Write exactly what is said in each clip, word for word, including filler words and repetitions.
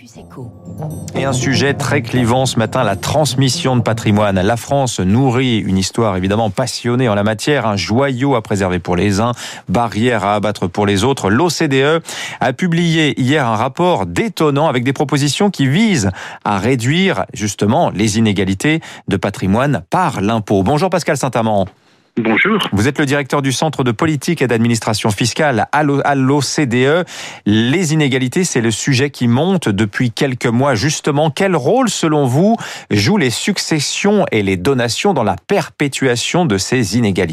Campus Éco. Et un sujet très clivant ce matin, la transmission de patrimoine. La France nourrit une histoire évidemment passionnée en la matière, un joyau à préserver pour les uns, barrière à abattre pour les autres. L'O C D E a publié hier un rapport détonnant avec des propositions qui visent à réduire justement les inégalités de patrimoine par l'impôt. Bonjour Pascal Saint-Amand. Bonjour. Vous êtes le directeur du Centre de politique et d'administration fiscale à l'O C D E. Les inégalités, c'est le sujet qui monte depuis quelques mois. Justement, quel rôle, selon vous, jouent les successions et les donations dans la perpétuation de ces inégalités ?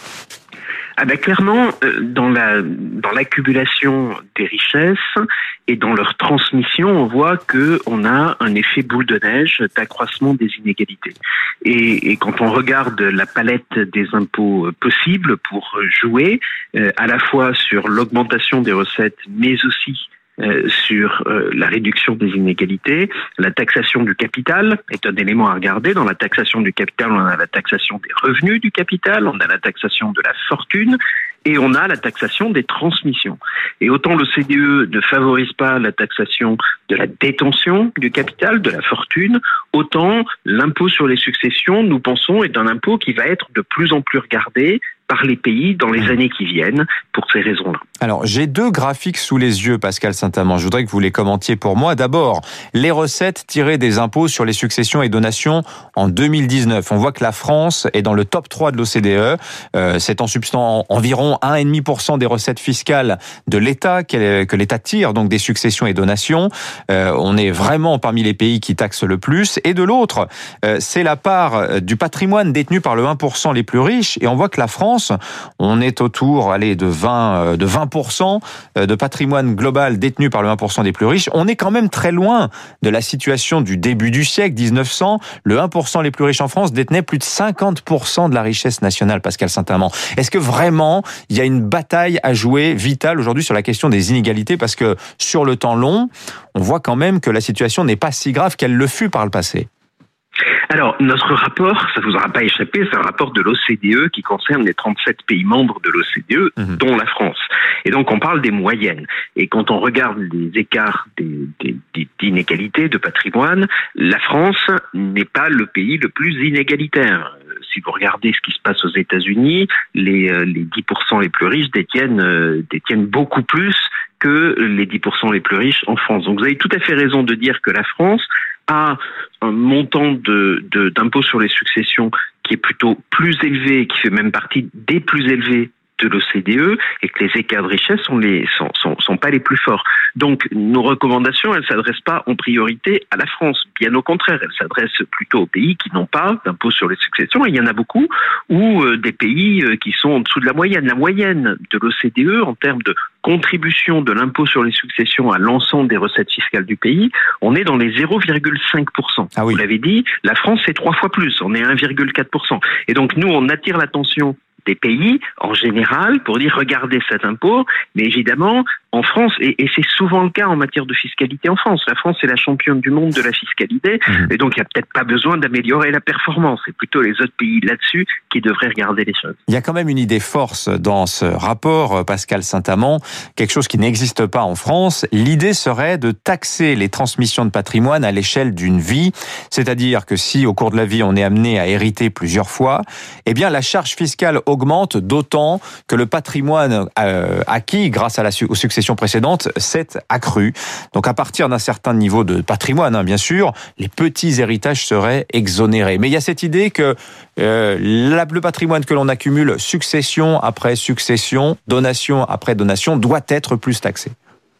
Ah ben clairement, dans la dans l'accumulation des richesses et dans leur transmission, on voit que on a un effet boule de neige d'accroissement des inégalités. Et, et quand on regarde la palette des impôts possibles pour jouer, euh, à la fois sur l'augmentation des recettes, mais aussi Euh, sur euh, la réduction des inégalités. La taxation du capital est un élément à regarder. Dans la taxation du capital, on a la taxation des revenus du capital, on a la taxation de la fortune et on a la taxation des transmissions. Et autant l'O C D E ne favorise pas la taxation de la détention du capital, de la fortune, autant l'impôt sur les successions, nous pensons, est un impôt qui va être de plus en plus regardé par les pays dans les années qui viennent pour ces raisons-là. Alors, j'ai deux graphiques sous les yeux, Pascal Saint-Amand. Je voudrais que vous les commentiez pour moi. D'abord, les recettes tirées des impôts sur les successions et donations en deux mille dix-neuf. On voit que la France est dans le top trois de l'O C D E. Euh, c'est en substance environ un virgule cinq pour cent des recettes fiscales de l'État que l'État tire, donc des successions et donations. Euh, on est vraiment parmi les pays qui taxent le plus. Et de l'autre, euh, c'est la part du patrimoine détenu par le un pour cent les plus riches. Et on voit que la France, on est autour, allez, de vingt, de vingt pour cent de patrimoine global détenu par le un pour cent des plus riches. On est quand même très loin de la situation du début du siècle, dix-neuf cents. Le un pour cent les plus riches en France détenait plus de cinquante pour cent de la richesse nationale, Pascal Saint-Amand. Est-ce que vraiment, il y a une bataille à jouer vitale aujourd'hui sur la question des inégalités? Parce que sur le temps long, on voit quand même que la situation n'est pas si grave qu'elle le fut par le passé. Alors, notre rapport, ça vous aura pas échappé, c'est un rapport de l'O C D E qui concerne les trente-sept pays membres de l'O C D E, mmh. dont la France. Et donc, on parle des moyennes. Et quand on regarde les écarts des, des, des, d'inégalités de patrimoine, la France n'est pas le pays le plus inégalitaire. Si vous regardez ce qui se passe aux États-Unis, les, les dix pour cent les plus riches détiennent, détiennent beaucoup plus que les dix pour cent les plus riches en France. Donc, vous avez tout à fait raison de dire que la France a un montant de, de, d'impôt sur les successions qui est plutôt plus élevé, qui fait même partie des plus élevés de l'O C D E, et que les écarts de richesse sont les sont, sont, sont pas les plus forts. Donc nos recommandations, elles s'adressent pas en priorité à la France, bien au contraire, elles s'adressent plutôt aux pays qui n'ont pas d'impôt sur les successions, et il y en a beaucoup, ou euh, des pays euh, qui sont en dessous de la moyenne. La moyenne de l'O C D E en termes de contribution de l'impôt sur les successions à l'ensemble des recettes fiscales du pays, on est dans les zéro virgule cinq pour cent. Ah oui. Vous l'avez dit, la France c'est trois fois plus, on est un virgule quatre pour cent. Et donc nous on attire l'attention des pays, en général, pour dire regardez cet impôt, mais évidemment, en France, et, et c'est souvent le cas en matière de fiscalité en France, la France est la championne du monde de la fiscalité, mmh. et donc il n'y a peut-être pas besoin d'améliorer la performance, c'est plutôt les autres pays là-dessus qui devraient regarder les choses. Il y a quand même une idée force dans ce rapport, Pascal Saint-Amand, quelque chose qui n'existe pas en France. L'idée serait de taxer les transmissions de patrimoine à l'échelle d'une vie, c'est-à-dire que si au cours de la vie on est amené à hériter plusieurs fois, eh bien la charge fiscale augmente d'autant que le patrimoine euh, acquis grâce à la su- aux successions précédentes s'est accru. Donc à partir d'un certain niveau de patrimoine, hein, bien sûr, les petits héritages seraient exonérés. Mais il y a cette idée que euh, la, le patrimoine que l'on accumule, succession après succession, donation après donation, doit être plus taxé.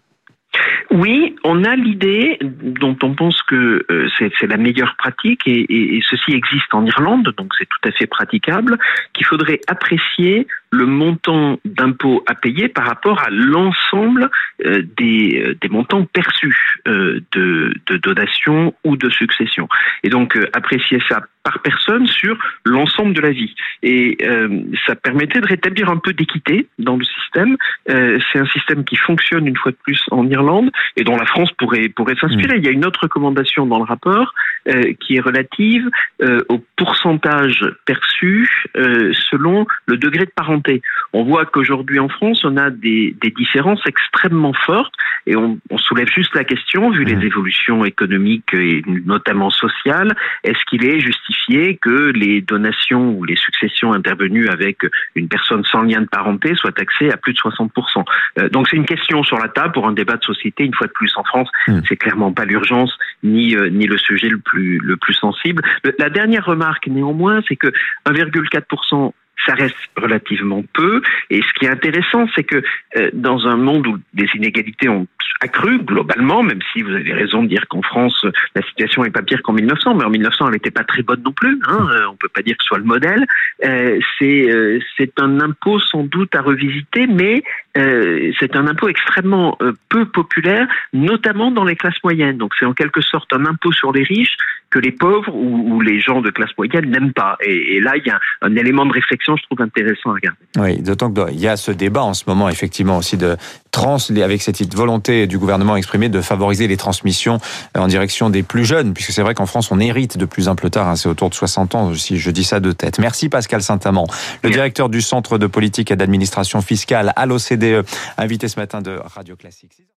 Oui, on a l'idée dont on pense que euh, c'est, c'est la meilleure pratique et, et, et ceci existe en Irlande, donc c'est tout à fait praticable, qu'il faudrait apprécier le montant d'impôt à payer par rapport à l'ensemble euh, des, euh, des montants perçus euh, de, de donation ou de succession. Et donc euh, apprécier ça par personne sur l'ensemble de la vie. Et euh, ça permettait de rétablir un peu d'équité dans le système. Euh, c'est un système qui fonctionne une fois de plus en Irlande et dont la France pourrait pourrait s'inspirer. Mmh. Il y a une autre recommandation dans le rapport euh, qui est relative euh, au pourcentage perçu euh, selon le degré de parenté parenté. On voit qu'aujourd'hui en France, on a des, des différences extrêmement fortes et on, on soulève juste la question, vu les évolutions économiques et notamment sociales, est-ce qu'il est justifié que les donations ou les successions intervenues avec une personne sans lien de parenté soient taxées à plus de soixante pour cent. Euh, donc c'est une question sur la table pour un débat de société. Une fois de plus, en France, mmh. c'est clairement pas l'urgence ni euh, ni le sujet le plus le plus sensible. Le, la dernière remarque néanmoins, c'est que un virgule quatre pour cent ça reste relativement peu. Et ce qui est intéressant, c'est que euh, dans un monde où les inégalités ont accru globalement, même si vous avez raison de dire qu'en France, la situation n'est pas pire qu'en mille neuf cents, mais en mille neuf cents, elle n'était pas très bonne non plus. Hein, euh, on peut pas dire que ce soit le modèle. Euh, c'est euh, c'est un impôt sans doute à revisiter, mais euh, c'est un impôt extrêmement euh, peu populaire, notamment dans les classes moyennes. Donc c'est en quelque sorte un impôt sur les riches que les pauvres ou, ou les gens de classe moyenne n'aiment pas. Et, et là, il y a un, un élément de réflexion, je trouve intéressant à regarder. Oui, d'autant qu'il y a ce débat en ce moment, effectivement, aussi de trans, avec cette volonté du gouvernement exprimée de favoriser les transmissions en direction des plus jeunes, puisque c'est vrai qu'en France, on hérite de plus en plus tard, hein, c'est autour de soixante ans, si je dis ça de tête. Merci Pascal Saint-Amand, le directeur du Centre de politique et d'administration fiscale à l'O C D E, invité ce matin de Radio Classique.